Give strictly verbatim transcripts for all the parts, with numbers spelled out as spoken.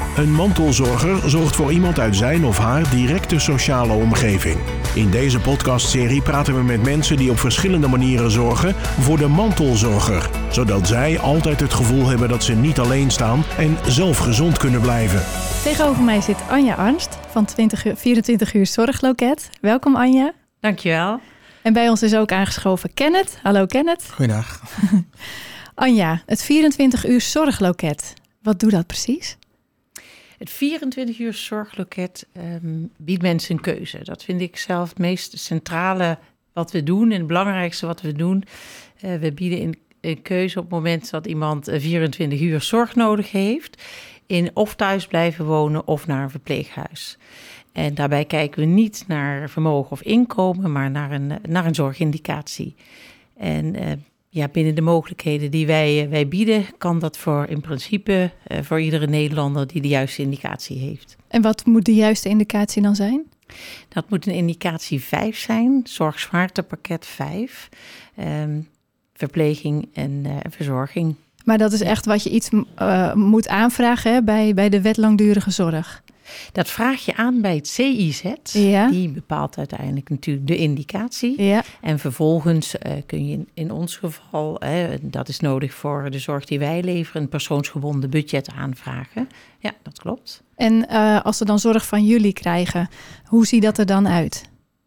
Een mantelzorger zorgt voor iemand uit zijn of haar directe sociale omgeving. In deze podcastserie praten we met mensen die op verschillende manieren zorgen voor de mantelzorger, zodat zij altijd het gevoel hebben dat ze niet alleen staan en zelf gezond kunnen blijven. Tegenover mij zit Anja Arnst van vierentwintig uur Zorgloket. Welkom Anja. Dankjewel. En bij ons is ook aangeschoven Kenneth. Hallo Kenneth. Goeiedag. Anja, het vierentwintig uur Zorgloket. Wat doet dat precies? Het vierentwintig uur Zorgloket um, biedt mensen een keuze. Dat vind ik zelf het meest centrale wat we doen en het belangrijkste wat we doen. Uh, we bieden een, een keuze op het moment dat iemand vierentwintig uur zorg nodig heeft, in of thuis blijven wonen of naar een verpleeghuis. En daarbij kijken we niet naar vermogen of inkomen, maar naar een, naar een zorgindicatie. En uh, ja, binnen de mogelijkheden die wij, wij bieden, kan dat voor in principe uh, voor iedere Nederlander die de juiste indicatie heeft. En wat moet de juiste indicatie dan zijn? Dat moet een indicatie vijf zijn, zorgzwaartepakket vijf, um, verpleging en uh, verzorging. Maar dat is echt wat je iets uh, moet aanvragen hè, bij, bij de wet langdurige zorg? Dat vraag je aan bij het C I Z. Ja. Die bepaalt uiteindelijk natuurlijk de indicatie. Ja. En vervolgens uh, kun je in, in ons geval, uh, dat is nodig voor de zorg die wij leveren, een persoonsgebonden budget aanvragen. Ja, dat klopt. En uh, als ze dan zorg van jullie krijgen, hoe ziet dat er dan uit?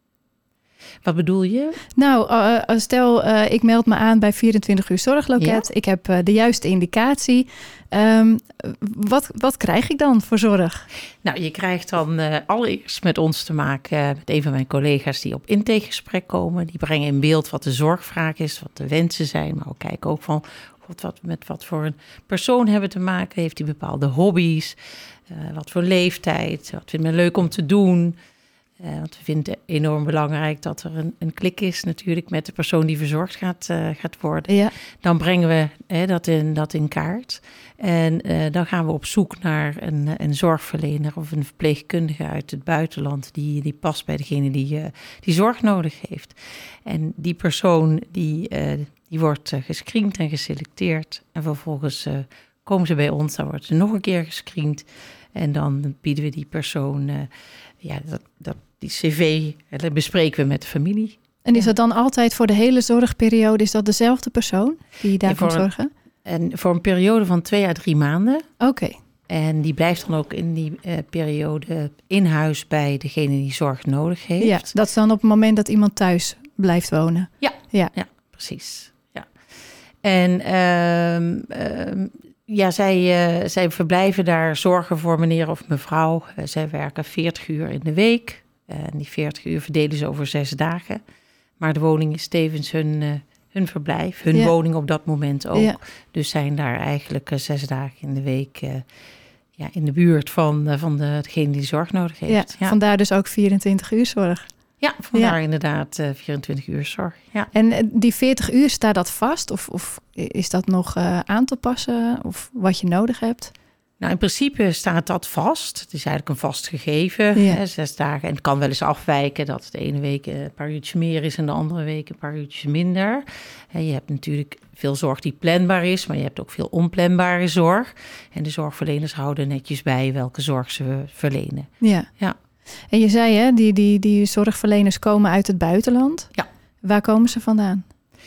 Wat bedoel je? Nou, uh, stel uh, ik meld me aan bij vierentwintig uur Zorgloket. Ja. Ik heb uh, de juiste indicatie. Um, wat, wat krijg ik dan voor zorg? Nou, je krijgt dan uh, allereerst met ons te maken uh, met een van mijn collega's die op intakegesprek komen. Die brengen in beeld wat de zorgvraag is, wat de wensen zijn. Maar we kijken ook van wat, wat, met wat voor een persoon hebben te maken. Heeft hij bepaalde hobby's? Uh, wat voor leeftijd? Wat vindt men leuk om te doen? Uh, want we vinden het enorm belangrijk dat er een, een klik is natuurlijk met de persoon die verzorgd gaat, uh, gaat worden. Ja. Dan brengen we hè, dat, in, dat in kaart. En uh, dan gaan we op zoek naar een, een zorgverlener of een verpleegkundige uit het buitenland die, die past bij degene die, uh, die zorg nodig heeft. En die persoon die, uh, die wordt uh, gescreend en geselecteerd. En vervolgens uh, komen ze bij ons, dan wordt ze nog een keer gescreend. En dan bieden we die persoon, uh, ja, dat, dat, die cv dat bespreken we met de familie. En is dat dan altijd voor de hele zorgperiode, is dat dezelfde persoon die daar komt zorgen? En voor een periode van twee à drie maanden. Oké. Okay. En die blijft dan ook in die uh, periode in huis bij degene die zorg nodig heeft. Ja, dat is dan op het moment dat iemand thuis blijft wonen. Ja, ja. ja precies. Ja. En uh, uh, ja, zij, uh, zij verblijven daar, zorgen voor meneer of mevrouw. Uh, zij werken veertig uur in de week. Uh, en die veertig uur verdelen ze over zes dagen. Maar de woning is tevens hun, uh, hun verblijf, hun ja. woning op dat moment ook. Ja. Dus zijn daar eigenlijk uh, zes dagen in de week uh, ja, in de buurt van, uh, van de, degene die zorg nodig heeft. Ja, ja. Vandaar dus ook vierentwintig uur zorg. Ja, vandaar ja. inderdaad uh, vierentwintig uur zorg. Ja. En die veertig uur, staat dat vast? Of, of is dat nog uh, aan te passen? Of wat je nodig hebt? Nou, in principe staat dat vast. Het is eigenlijk een vast gegeven, ja. hè, zes dagen. En het kan wel eens afwijken dat de ene week een paar uurtjes meer is en de andere week een paar uurtjes minder. En je hebt natuurlijk veel zorg die planbaar is, maar je hebt ook veel onplanbare zorg. En de zorgverleners houden netjes bij welke zorg ze verlenen. Ja. ja. En je zei, hè, die, die, die zorgverleners komen uit het buitenland. Ja. Waar komen ze vandaan?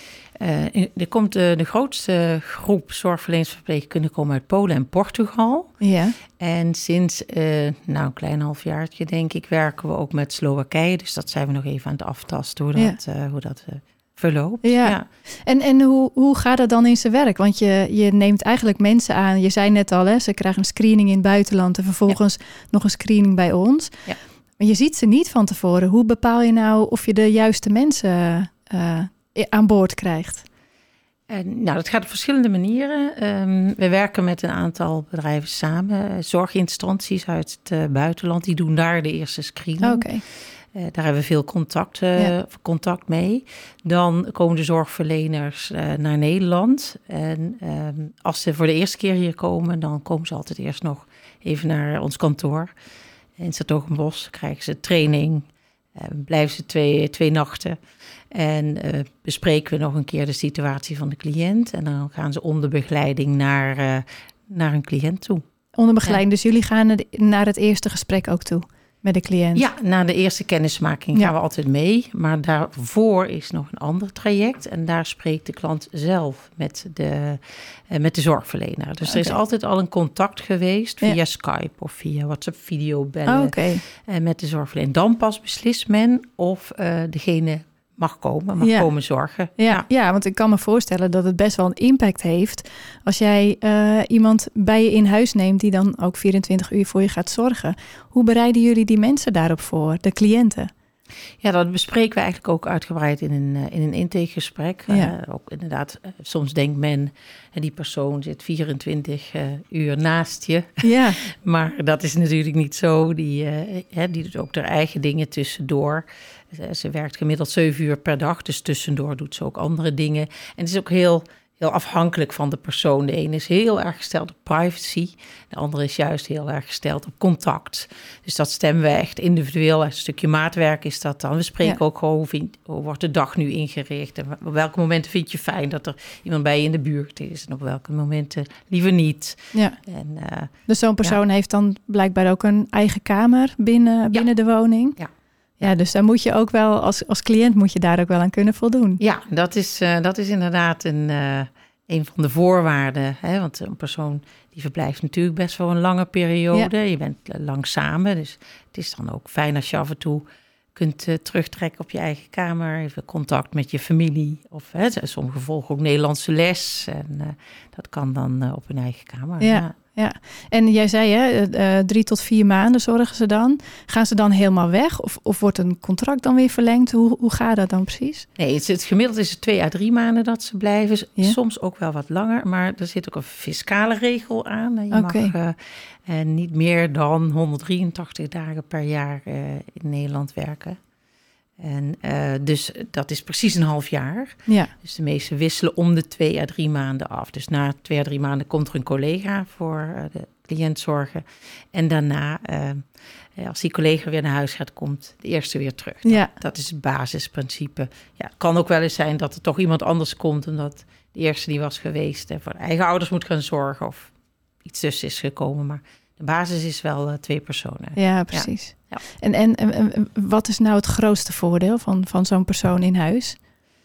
Uh, er komt uh, de grootste groep zorgverleners verpleegkundigen komen uit Polen en Portugal. Ja. En sinds uh, nou, een klein halfjaartje, denk ik, werken we ook met Slowakije. Dus dat zijn we nog even aan het aftasten hoe dat, ja. uh, hoe dat uh, verloopt. Ja. ja. En, en hoe, hoe gaat het dan in zijn werk? Want je, je neemt eigenlijk mensen aan. Je zei net al, hè, ze krijgen een screening in het buitenland en vervolgens ja. nog een screening bij ons. Ja. Maar je ziet ze niet van tevoren. Hoe bepaal je nou of je de juiste mensen uh, aan boord krijgt? Uh, nou, dat gaat op verschillende manieren. Um, we werken met een aantal bedrijven samen. Zorginstanties uit het uh, buitenland, die doen daar de eerste screening. Okay. Uh, daar hebben we veel contact, uh, ja. contact mee. Dan komen de zorgverleners uh, naar Nederland. En um, als ze voor de eerste keer hier komen, dan komen ze altijd eerst nog even naar ons kantoor. In 's-Hertogenbosch krijgen ze training. Uh, blijven ze twee, twee nachten. En uh, bespreken we nog een keer de situatie van de cliënt. En dan gaan ze onder begeleiding naar, uh, naar een cliënt toe. onder begeleiding. Ja. Dus jullie gaan naar het eerste gesprek ook toe met de cliënt? Ja, na de eerste kennismaking gaan ja. we altijd mee. Maar daarvoor is nog een ander traject. En daar spreekt de klant zelf met de, uh, met de zorgverlener. Dus okay. er is altijd al een contact geweest via ja. Skype of via WhatsApp video bellen. Oh, okay. uh, met de zorgverlener. Dan pas beslist men of uh, degene mag komen, mag ja. komen zorgen. Ja, ja. ja, want ik kan me voorstellen dat het best wel een impact heeft als jij uh, iemand bij je in huis neemt die dan ook vierentwintig uur voor je gaat zorgen. Hoe bereiden jullie die mensen daarop voor, de cliënten? Ja, dat bespreken we eigenlijk ook uitgebreid in een, in een intakegesprek. Ja. Uh, ook inderdaad, uh, soms denkt men, uh, die persoon zit vierentwintig uh, uur naast je. Ja. Maar dat is natuurlijk niet zo. Die, uh, hè, die doet ook haar eigen dingen tussendoor. Uh, ze werkt gemiddeld zeven uur per dag, dus tussendoor doet ze ook andere dingen. En het is ook heel... heel afhankelijk van de persoon. De ene is heel erg gesteld op privacy. De andere is juist heel erg gesteld op contact. Dus dat stemmen we echt individueel. Een stukje maatwerk is dat dan. We spreken ja. ook gewoon hoe, vind, hoe wordt de dag nu ingericht. En op welke momenten vind je fijn dat er iemand bij je in de buurt is. En op welke momenten liever niet. Ja. En, uh, dus zo'n persoon ja. heeft dan blijkbaar ook een eigen kamer binnen, binnen ja. de woning. Ja. Ja, dus daar moet je ook wel, als, als cliënt moet je daar ook wel aan kunnen voldoen. Ja, dat is, uh, dat is inderdaad een, uh, een van de voorwaarden. Hè? Want een persoon die verblijft natuurlijk best wel een lange periode. Ja. Je bent lang samen, dus het is dan ook fijn als je af en toe kunt uh, terugtrekken op je eigen kamer. Even contact met je familie. Of hè, sommigen volgen ook Nederlandse les. En uh, dat kan dan uh, op hun eigen kamer. Ja. Ja. Ja, en jij zei hè, uh, drie tot vier maanden zorgen ze dan. Gaan ze dan helemaal weg? Of, of wordt een contract dan weer verlengd? Hoe, hoe gaat dat dan precies? Nee, het, het gemiddeld is het twee à drie maanden dat ze blijven. Ja? Soms ook wel wat langer, maar er zit ook een fiscale regel aan. Je okay. mag uh, uh, niet meer dan honderddrieëntachtig dagen per jaar uh, in Nederland werken. En uh, dus dat is precies een half jaar. Ja. Dus de meesten wisselen om de twee à drie maanden af. Dus na twee à drie maanden komt er een collega voor uh, de cliënt zorgen. En daarna, uh, als die collega weer naar huis gaat, komt de eerste weer terug. Dat, ja. dat is het basisprincipe. Ja, het kan ook wel eens zijn dat er toch iemand anders komt, omdat de eerste die was geweest en voor de eigen ouders moet gaan zorgen of iets tussen is gekomen. Maar de basis is wel uh, twee personen. Ja, precies. Ja. Ja. En, en, en wat is nou het grootste voordeel van, van zo'n persoon in huis?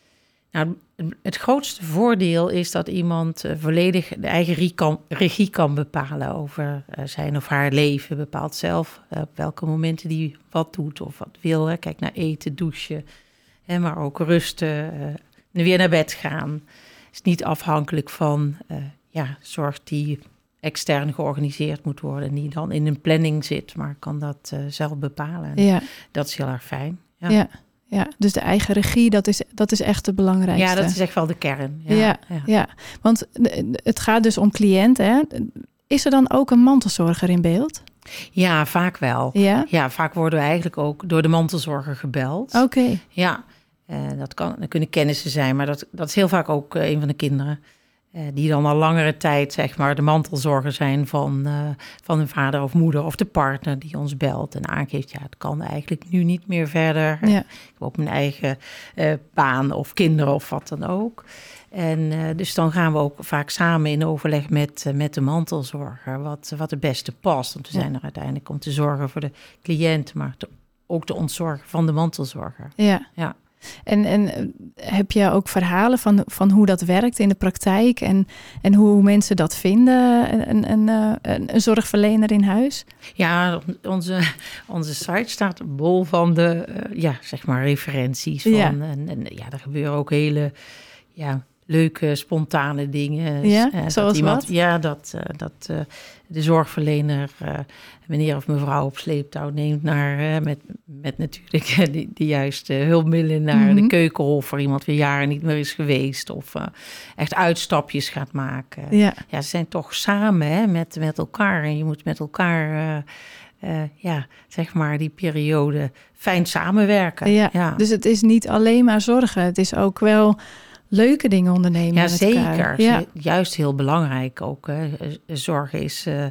Nou, het grootste voordeel is dat iemand uh, volledig de eigen regie kan, regie kan bepalen over uh, zijn of haar leven. Bepaalt zelf uh, op welke momenten die wat doet of wat wil. Hè. Kijk naar eten, douchen, hè, maar ook rusten, uh, weer naar bed gaan. Is niet afhankelijk van uh, ja, zorg die extern georganiseerd moet worden, die dan in een planning zit, maar kan dat uh, zelf bepalen. Ja. Dat is heel erg fijn. Ja. Ja. Ja, dus de eigen regie, dat is, dat is echt het belangrijkste. Ja, dat is echt wel de kern. Ja, ja, ja. ja. Want het gaat dus om cliënten. Hè? Is er dan ook een mantelzorger in beeld? Ja, vaak wel. Ja, ja vaak worden we eigenlijk ook door de mantelzorger gebeld. Oké. Okay. Ja, uh, dat, kan, dat kunnen kennissen zijn, maar dat, dat is heel vaak ook uh, een van de kinderen. Uh, die dan al langere tijd, zeg maar, de mantelzorger zijn van, uh, van hun vader of moeder of de partner die ons belt en aangeeft, ja, het kan eigenlijk nu niet meer verder. Ja. Ik heb ook mijn eigen uh, baan of kinderen of wat dan ook. En uh, dus dan gaan we ook vaak samen in overleg met, uh, met de mantelzorger wat, wat het beste past. Want we zijn er uiteindelijk om te zorgen voor de cliënt, maar te, ook te ontzorgen van de mantelzorger. Ja. Ja. En, en heb je ook verhalen van, van hoe dat werkt in de praktijk en, en hoe mensen dat vinden, een, een, een, een zorgverlener in huis? Ja, onze, onze site staat bol van de uh, ja, zeg maar referenties. Van, ja. En, en ja, er gebeuren ook hele ja, leuke, spontane dingen. Ja, uh, zoals dat iemand, wat? Ja, dat, uh, dat uh, de zorgverlener uh, meneer of mevrouw op sleeptouw neemt naar, uh, met, met natuurlijk uh, de, de juiste hulpmiddelen naar mm-hmm. de keukenhof, waar iemand weer jaren niet meer is geweest. Of uh, echt uitstapjes gaat maken. Ja, ja ze zijn toch samen hè, met, met elkaar. En je moet met elkaar, uh, uh, ja, zeg maar, die periode fijn samenwerken. Ja, ja. Dus het is niet alleen maar zorgen. Het is ook wel leuke dingen ondernemen. Ja, met zeker. Ja. Juist heel belangrijk ook. Hè. Zorg is, uh,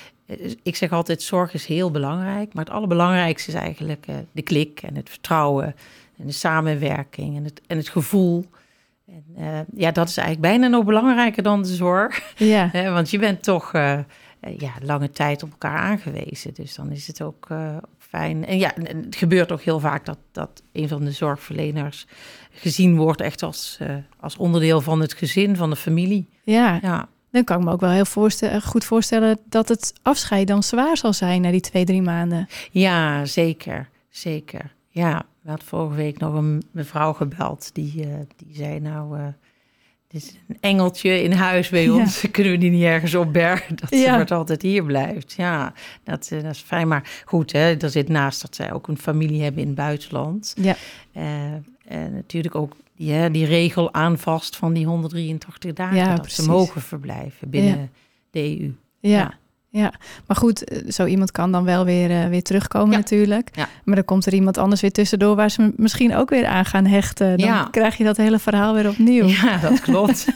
ik zeg altijd, zorg is heel belangrijk. Maar het allerbelangrijkste is eigenlijk uh, de klik en het vertrouwen en de samenwerking en het, en het gevoel. En, uh, ja, dat is eigenlijk bijna nog belangrijker dan de zorg. Ja. uh, want je bent toch uh, uh, ja, lange tijd op elkaar aangewezen. Dus dan is het ook uh, fijn. En ja, het gebeurt ook heel vaak dat, dat een van de zorgverleners gezien wordt echt als, uh, als onderdeel van het gezin, van de familie. Ja, ja. Dan kan ik me ook wel heel voorstellen, goed voorstellen dat het afscheid dan zwaar zal zijn na die twee, drie maanden. Ja, zeker. Zeker. Ja, we hadden vorige week nog een mevrouw gebeld. Die, uh, die zei nou, uh, dit is een engeltje in huis bij ons. Ja. Kunnen we die niet ergens opbergen? Dat ja. ze altijd hier blijft. Ja, dat, uh, dat is fijn. Maar goed, hè, er zit naast dat zij ook een familie hebben in het buitenland. Ja. Uh, en natuurlijk ook die, hè, die regel aanvast van die honderddrieëntachtig dagen. Ja, dat precies. Ze mogen verblijven binnen ja. de E U. Ja. ja. Ja, maar goed, zo iemand kan dan wel weer, uh, weer terugkomen ja. natuurlijk. Ja. Maar dan komt er iemand anders weer tussendoor waar ze misschien ook weer aan gaan hechten. Dan ja. krijg je dat hele verhaal weer opnieuw. Ja, dat klopt.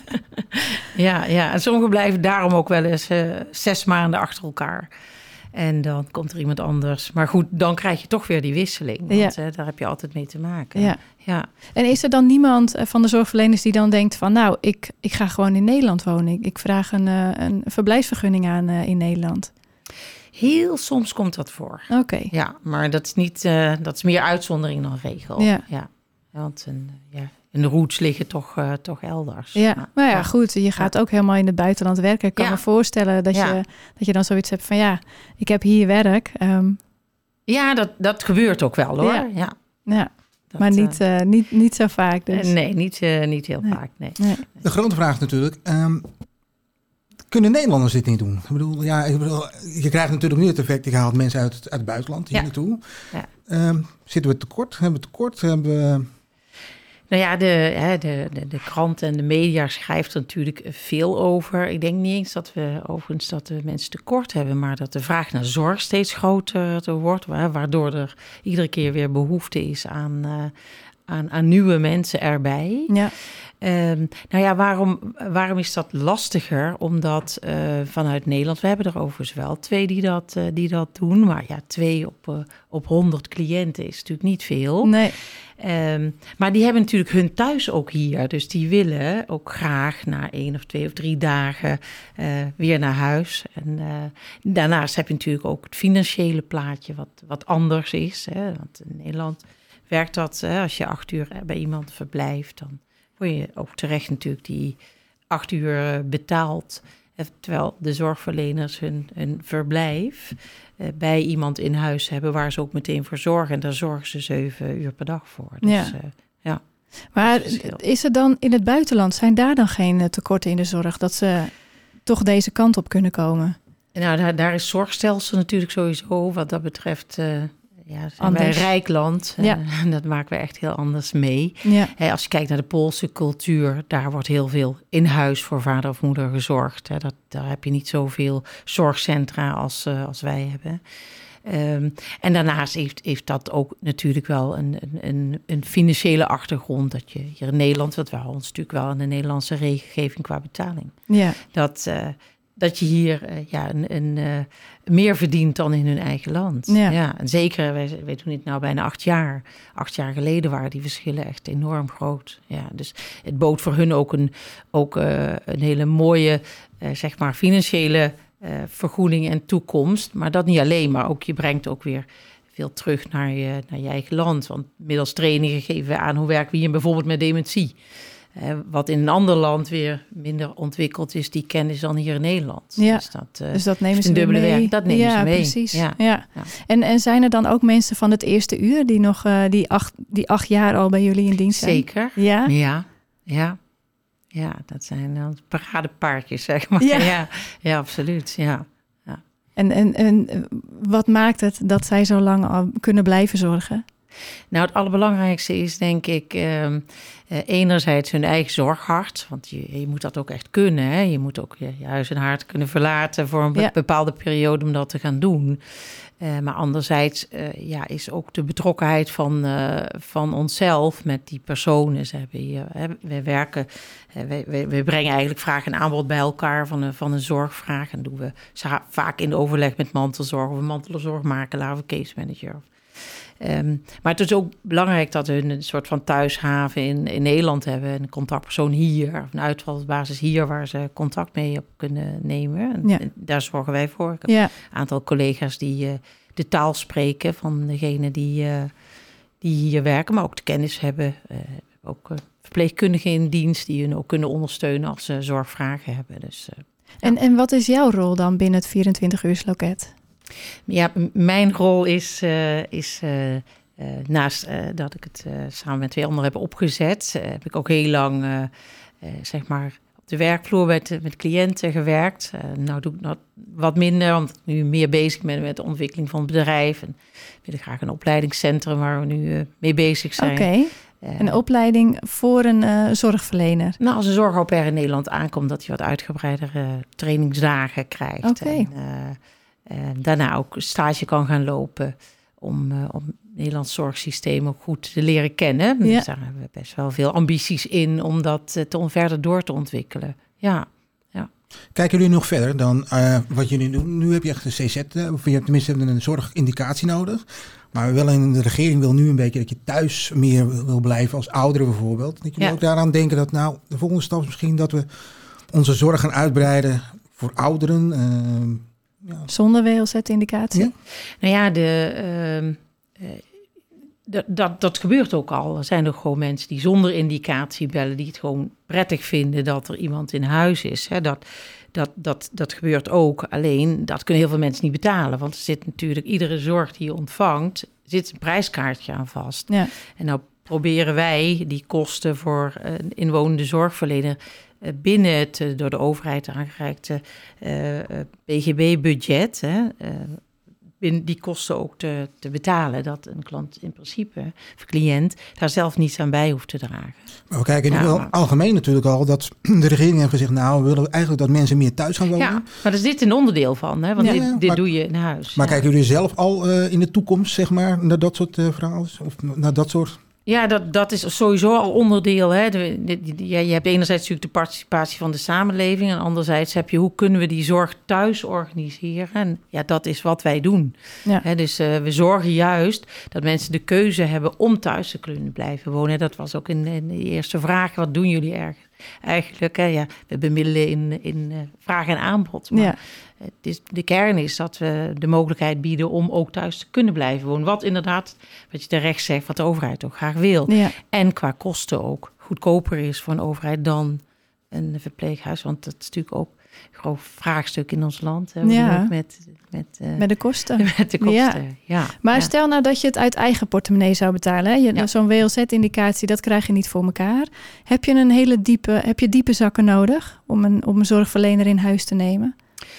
ja, ja, en sommigen blijven daarom ook wel eens uh, zes maanden achter elkaar. En dan komt er iemand anders. Maar goed, dan krijg je toch weer die wisseling. Want ja. uh, daar heb je altijd mee te maken. Ja. Ja. En is er dan niemand van de zorgverleners die dan denkt van... nou, ik, ik ga gewoon in Nederland wonen. Ik, ik vraag een, uh, een verblijfsvergunning aan uh, in Nederland. Heel soms komt dat voor. Oké. Okay. Ja, maar dat is, niet, uh, dat is meer uitzondering dan regel. Ja. ja. Want een, ja, en de roots liggen toch, uh, toch elders. Ja, ja. Maar ja, goed. Je gaat ja. ook helemaal in het buitenland werken. Ik kan ja. me voorstellen dat, ja. je, dat je dan zoiets hebt van... ja, ik heb hier werk. Um... Ja, dat, dat gebeurt ook wel, hoor. Ja, ja. ja. Dat, maar niet, uh, niet, niet zo vaak dus. Nee, niet, uh, niet heel nee. vaak, nee. nee. De grote vraag is natuurlijk... Um, kunnen Nederlanders dit niet doen? Ik bedoel, ja, ik bedoel, je krijgt natuurlijk nu het effect... je haalt mensen uit, uit het buitenland hier ja. naartoe. Ja. Um, zitten we tekort? Hebben we tekort? Hebben we... Nou ja, de, de, de, de krant en de media schrijft er natuurlijk veel over. Ik denk niet eens dat we overigens dat we mensen tekort hebben... maar dat de vraag naar zorg steeds groter wordt... waardoor er iedere keer weer behoefte is aan, uh, aan, aan nieuwe mensen erbij. Ja. Um, nou ja, waarom, waarom is dat lastiger? Omdat uh, vanuit Nederland, we hebben er overigens wel twee die dat, uh, die dat doen... maar ja, twee op, uh, op honderd cliënten is natuurlijk niet veel... Nee. Um, maar die hebben natuurlijk hun thuis ook hier. Dus die willen ook graag na één of twee of drie dagen uh, weer naar huis. En uh, daarnaast heb je natuurlijk ook het financiële plaatje wat, wat anders is. Hè? Want in Nederland werkt dat, hè, als je acht uur bij iemand verblijft... dan word je ook terecht natuurlijk die acht uur betaald... terwijl de zorgverleners hun, hun verblijf uh, bij iemand in huis hebben... waar ze ook meteen voor zorgen. En daar zorgen ze zeven uur per dag voor. Dus, ja. Uh, ja. Maar is, is er dan in het buitenland... zijn daar dan geen uh, tekorten in de zorg... dat ze toch deze kant op kunnen komen? Nou, daar, daar is zorgstelsel natuurlijk sowieso wat dat betreft... Uh, Ja, zijn wij een rijk land. Ja. En dat maken we echt heel anders mee. Ja. Hey, als je kijkt naar de Poolse cultuur... daar wordt heel veel in huis voor vader of moeder gezorgd. Hè. Dat, daar heb je niet zoveel zorgcentra als, uh, als wij hebben. Um, en daarnaast heeft, heeft dat ook natuurlijk wel een, een, een financiële achtergrond... dat je hier in Nederland... want we houden ons natuurlijk wel aan de Nederlandse regelgeving qua betaling. Ja. Dat... Uh, dat je hier uh, ja, een, een, uh, meer verdient dan in hun eigen land. Ja. Ja, en zeker, wij, wij doen dit nou bijna acht jaar. Acht jaar geleden waren die verschillen echt enorm groot. Ja, dus het bood voor hun ook een, ook, uh, een hele mooie uh, zeg maar financiële uh, vergoeding en toekomst. Maar dat niet alleen, maar ook je brengt ook weer veel terug naar je, naar je eigen land. Want middels trainingen geven we aan hoe werken we hier bijvoorbeeld met dementie. Uh, wat in een ander land weer minder ontwikkeld is, die kennis dan hier in Nederland. Ja, dus dat, uh, dus dat nemen ze dubbele mee. Werk, dat nemen ja, ze mee. Precies. Ja, ja. ja. En, en zijn er dan ook mensen van het eerste uur die nog uh, die, acht, die acht jaar al bij jullie in dienst zijn? Zeker. Ja, ja, ja. Ja, dat zijn dan paradepaardjes, zeg maar. Ja, ja, ja absoluut. Ja. Ja. En, en, en wat maakt het dat zij zo lang al kunnen blijven zorgen? Nou, het allerbelangrijkste is denk ik uh, uh, enerzijds hun eigen zorghart. Want je, je moet dat ook echt kunnen. Hè? Je moet ook je, je huis en haard kunnen verlaten voor een ja. bepaalde periode om dat te gaan doen. Uh, maar anderzijds uh, ja, is ook de betrokkenheid van, uh, van onszelf met die personen. Ze hebben hier, hè, wij werken, uh, wij, wij, wij brengen eigenlijk vraag en aanbod bij elkaar van een, van een zorgvraag. En doen we vaak in overleg met mantelzorg of een mantelzorgmakelaar of een case manager. Um, maar het is ook belangrijk dat we een soort van thuishaven in, in Nederland hebben. Een contactpersoon hier, of een uitvalsbasis hier waar ze contact mee op kunnen nemen. En, ja. en daar zorgen wij voor. Ik heb ja. een aantal collega's die uh, de taal spreken van degene die, uh, die hier werken, maar ook de kennis hebben. Uh, ook uh, verpleegkundigen in dienst die hun ook kunnen ondersteunen als ze zorgvragen hebben. Dus, uh, en, ja. en wat is jouw rol dan binnen het vierentwintig-uursloket? Ja, m- mijn rol is, uh, is uh, uh, naast uh, dat ik het uh, samen met twee anderen heb opgezet, uh, heb ik ook heel lang uh, uh, zeg maar op de werkvloer met, met cliënten gewerkt. Uh, nou doe ik dat wat minder, omdat ik nu meer bezig ben met de ontwikkeling van het bedrijf. En wil ik graag een opleidingscentrum waar we nu uh, mee bezig zijn. Oké. Okay. Uh, een opleiding voor een uh, zorgverlener? Nou, als een zorg-au-pair in Nederland aankomt, dat hij wat uitgebreidere uh, trainingsdagen krijgt. Oké. Okay. En, uh, Uh, daarna ook stage kan gaan lopen om, uh, om het Nederlands zorgsysteem ook goed te leren kennen. Ja. Dus daar hebben we best wel veel ambities in om dat uh, te, verder door te ontwikkelen. Ja. Ja. Kijken jullie nog verder dan uh, wat jullie doen? Nu heb je echt een C Z, uh, of je hebt tenminste een zorgindicatie nodig. Maar wel in de regering wil nu een beetje dat je thuis meer wil blijven als ouderen bijvoorbeeld. Dat jullie ja. ook daaraan denken dat nou de volgende stap is misschien dat we onze zorg gaan uitbreiden voor ouderen. Uh, Ja. Zonder W L Z-indicatie? Ja. Nou ja, de, uh, uh, d- dat, dat gebeurt ook al. Er zijn er gewoon mensen die zonder indicatie bellen, die het gewoon prettig vinden dat er iemand in huis is. Hè. Dat, dat, dat, dat gebeurt ook. Alleen, dat kunnen heel veel mensen niet betalen. Want er zit natuurlijk, iedere zorg die je ontvangt, zit een prijskaartje aan vast. Ja. En nou proberen wij die kosten voor een inwonende zorgverlener binnen het door de overheid aangereikte uh, P G B-budget, hè, uh, binnen die kosten ook te, te betalen. Dat een klant in principe, of cliënt, daar zelf niets aan bij hoeft te dragen. Maar we kijken nu wel maar... algemeen natuurlijk al dat de regering heeft gezegd, nou, we willen eigenlijk dat mensen meer thuis gaan wonen. Ja, maar daar is dit een onderdeel van, hè? Want ja, dit, dit maar, doe je in huis. Maar ja. kijken jullie zelf al uh, in de toekomst, zeg maar, naar dat soort uh, verhalen? Of naar dat soort... Ja, dat, dat is sowieso al onderdeel. Hè. De, de, de, ja, je hebt enerzijds natuurlijk de participatie van de samenleving en anderzijds heb je hoe kunnen we die zorg thuis organiseren. En ja, dat is wat wij doen. Ja. Hè, dus uh, we zorgen juist dat mensen de keuze hebben om thuis te kunnen blijven wonen. Dat was ook in, in de eerste vraag. Wat doen jullie ergens? Eigenlijk, hè, ja, we bemiddelen in, in uh, vraag en aanbod. Maar ja. het is, de kern is dat we de mogelijkheid bieden om ook thuis te kunnen blijven wonen. Wat inderdaad, wat je terecht zegt, wat de overheid ook graag wil. Ja. En qua kosten ook goedkoper is voor een overheid dan een verpleeghuis. Want dat is natuurlijk ook een groot vraagstuk in ons land. Hè, ja. met, met, uh, met de kosten. Met de kosten, ja. ja. Maar ja. stel nou dat je het uit eigen portemonnee zou betalen. Hè? Je, ja. Zo'n W L Z-indicatie, dat krijg je niet voor elkaar. Heb je een hele diepe, heb je diepe zakken nodig om een, om een zorgverlener in huis te nemen?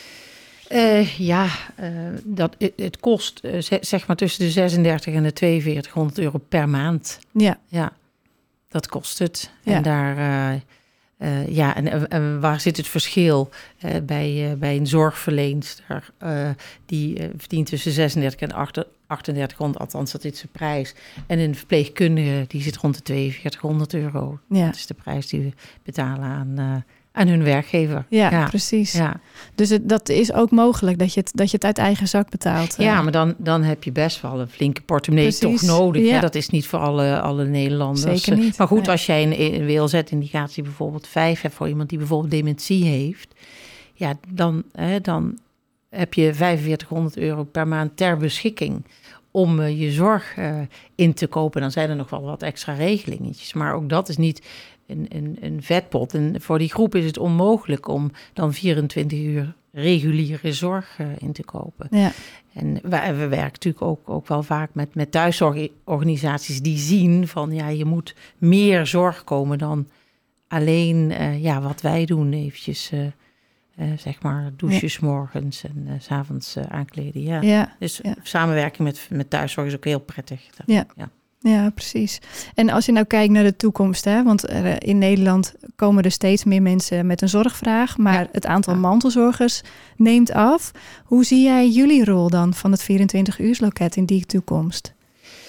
Uh, ja, uh, dat, het, het kost uh, zeg maar tussen de zesendertig en de tweeënveertighonderd euro per maand. Ja. Ja, dat kost het. Ja. En daar... Uh, Uh, ja, en, en waar zit het verschil uh, bij, uh, bij een zorgverlener uh, die uh, verdient tussen zesendertig en achtendertighonderd, althans dat is zijn prijs. En een verpleegkundige die zit rond de tweeënveertighonderd euro. Ja. Dat is de prijs die we betalen aan, uh, aan hun werkgever. Ja, ja. precies. Ja. Dus het, dat is ook mogelijk dat je het, dat je het uit eigen zak betaalt. Ja, uh. maar dan, dan heb je best wel een flinke portemonnee precies. toch nodig. Ja. Hè? Dat is niet voor alle, alle Nederlanders. Zeker niet. Maar goed, nee. als jij een, een W L Z-indicatie bijvoorbeeld vijf hebt voor iemand die bijvoorbeeld dementie heeft, ja, dan, hè, dan heb je vijfenveertighonderd euro per maand ter beschikking om uh, je zorg uh, in te kopen. Dan zijn er nog wel wat extra regelingetjes. Maar ook dat is niet een, een, een vetpot. En voor die groep is het onmogelijk om dan vierentwintig uur reguliere zorg uh, in te kopen. Ja. En we, we werken natuurlijk ook, ook wel vaak met, met thuiszorgorganisaties die zien van ja, je moet meer zorg komen dan alleen uh, ja, wat wij doen. Eventjes uh, uh, zeg maar douches ja. morgens en uh, 's avonds uh, aankleden. Ja. Ja. Dus ja. samenwerking met, met thuiszorg is ook heel prettig. Ja. ja. Ja, precies. En als je nou kijkt naar de toekomst, hè, want uh, in Nederland komen er steeds meer mensen met een zorgvraag, maar ja. het aantal ja. mantelzorgers neemt af. Hoe zie jij jullie rol dan van het vierentwintig-uursloket in die toekomst?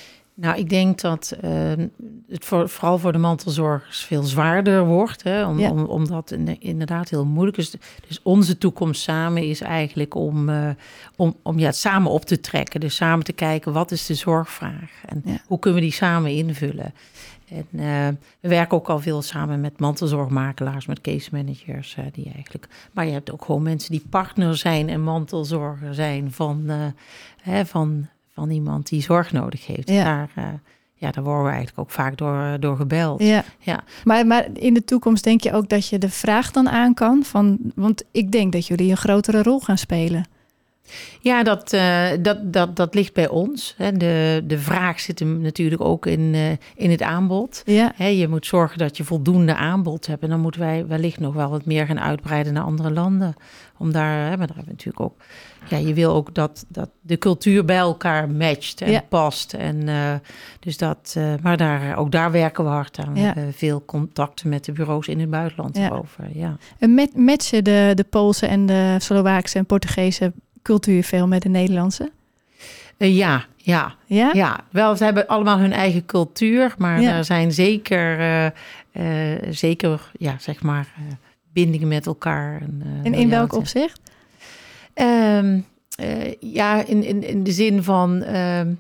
Nou, ik denk dat uh, het voor, vooral voor de mantelzorgers veel zwaarder wordt. Hè, om, ja. om, omdat het inderdaad heel moeilijk is. Dus onze toekomst samen is eigenlijk om, uh, om, om ja, het samen op te trekken. Dus samen te kijken, wat is de zorgvraag? En ja. hoe kunnen we die samen invullen? En uh, we werken ook al veel samen met mantelzorgmakelaars, met case managers. Uh, die eigenlijk, maar je hebt ook gewoon mensen die partner zijn en mantelzorger zijn van... Uh, hè, van van iemand die zorg nodig heeft. Ja. Daar, uh, ja, daar worden we eigenlijk ook vaak door, door gebeld. Ja. Ja. Maar, maar in de toekomst denk je ook dat je de vraag dan aan kan? Van, want ik denk dat jullie een grotere rol gaan spelen. Ja, dat, uh, dat, dat, dat ligt bij ons. Hè. De, de vraag zit hem natuurlijk ook in, uh, in het aanbod. Ja. Hè, je moet zorgen dat je voldoende aanbod hebt. En dan moeten wij wellicht nog wel wat meer gaan uitbreiden naar andere landen. Om daar, hè, maar daar hebben we natuurlijk ook... Ja, je wil ook dat, dat de cultuur bij elkaar matcht en ja. past. En, uh, dus dat, uh, maar daar, ook daar werken we hard aan. Ja. We hebben veel contacten met de bureaus in het buitenland ja. over. Ja. En met, matchen de, de Poolse en de Slovaakse en Portugese cultuur veel met de Nederlandse? Uh, ja, ja, ja. Ja, wel, ze hebben allemaal hun eigen cultuur. Maar ja. er zijn zeker, uh, uh, zeker ja, zeg maar, uh, bindingen met elkaar. En, uh, en in welk opzicht? Um, uh, ja, in, in, in de zin van, uh, uh,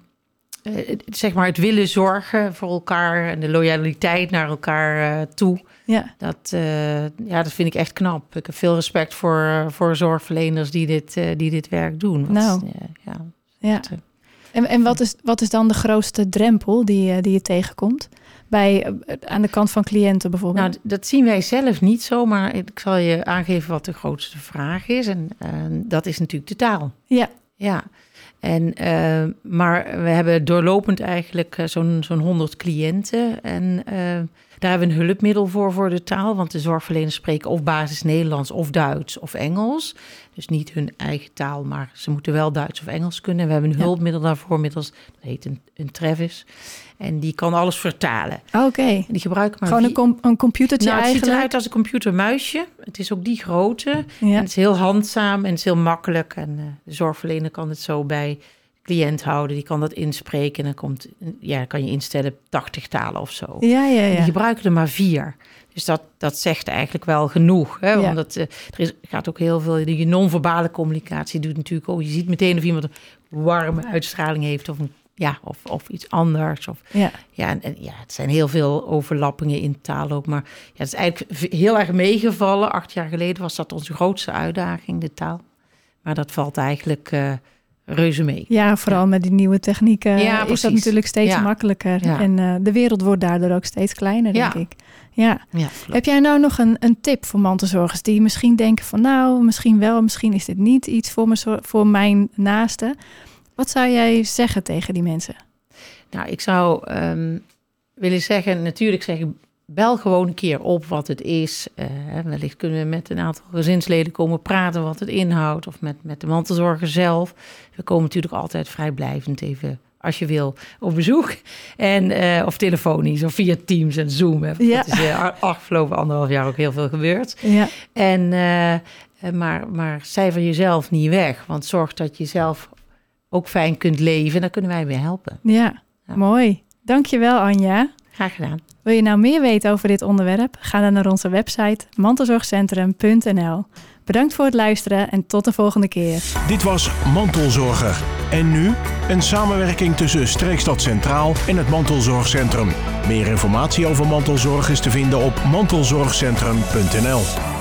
zeg maar, het willen zorgen voor elkaar en de loyaliteit naar elkaar uh, toe. Ja. Dat, uh, ja, dat vind ik echt knap. Ik heb veel respect voor, uh, voor zorgverleners die dit, uh, die dit werk doen. Want, nou, uh, ja. ja. Dat, uh, en en wat, is, wat is dan de grootste drempel die, uh, die je tegenkomt? Bij, uh, aan de kant van cliënten bijvoorbeeld? Nou, dat zien wij zelf niet zo, maar ik zal je aangeven wat de grootste vraag is. En uh, dat is natuurlijk de taal. Ja. Ja. En, uh, maar we hebben doorlopend eigenlijk uh, zo'n, zo'n honderd cliënten. En uh, daar hebben we een hulpmiddel voor, voor de taal. Want de zorgverleners spreken of basis Nederlands of Duits of Engels. Dus niet hun eigen taal, maar ze moeten wel Duits of Engels kunnen. We hebben een ja. hulpmiddel daarvoor, middels, dat heet een, een Travis. En die kan alles vertalen. Oké. Okay. Die gebruiken maar gewoon een, com- een computertje nou, het eigenlijk? Het ziet eruit als een computermuisje. Het is ook die grootte. Ja. En het is heel handzaam en het is heel makkelijk. En uh, de zorgverlener kan het zo bij de cliënt houden. Die kan dat inspreken. En dan komt, ja, kan je instellen tachtig talen of zo. Ja, ja, ja. Die gebruiken er maar vier. Dus dat, dat zegt eigenlijk wel genoeg. Hè? Ja. Omdat uh, er is, gaat ook heel veel... Die non-verbale communicatie doet natuurlijk ook... Je ziet meteen of iemand een warme uitstraling heeft... of een Ja, of, of iets anders. Of, ja. Ja, en, en ja, het zijn heel veel overlappingen in taal ook. Maar ja, het is eigenlijk heel erg meegevallen. Acht jaar geleden was dat onze grootste uitdaging, de taal. Maar dat valt eigenlijk uh, reuze mee. Ja, vooral ja. met die nieuwe technieken ja, is dat natuurlijk steeds ja. makkelijker. Ja. En uh, de wereld wordt daardoor ook steeds kleiner, denk ja. ik. Ja. Ja, heb jij nou nog een, een tip voor mantelzorgers die misschien denken van... nou, misschien wel, misschien is dit niet iets voor, me, voor mijn naaste... Wat zou jij zeggen tegen die mensen? Nou, ik zou um, willen zeggen, natuurlijk zeggen, bel gewoon een keer op wat het is. Uh, wellicht kunnen we met een aantal gezinsleden komen praten wat het inhoudt. Of met, met de mantelzorger zelf. We komen natuurlijk altijd vrijblijvend even, als je wil, op bezoek. En, uh, of telefonisch, of via Teams en Zoom. Hè. Ja. Dat is uh, afgelopen anderhalf jaar ook heel veel gebeurd. Ja. En, uh, maar, maar cijfer jezelf niet weg. Want zorg dat je zelf ook fijn kunt leven. Daar kunnen wij bij helpen. Ja, ja. Mooi. Dankjewel, Anja. Graag gedaan. Wil je nou meer weten over dit onderwerp? Ga dan naar onze website mantelzorgcentrum punt n l. Bedankt voor het luisteren en tot de volgende keer. Dit was Mantelzorger. En nu een samenwerking tussen Streekstad Centraal en het Mantelzorgcentrum. Meer informatie over mantelzorg is te vinden op mantelzorgcentrum punt n l.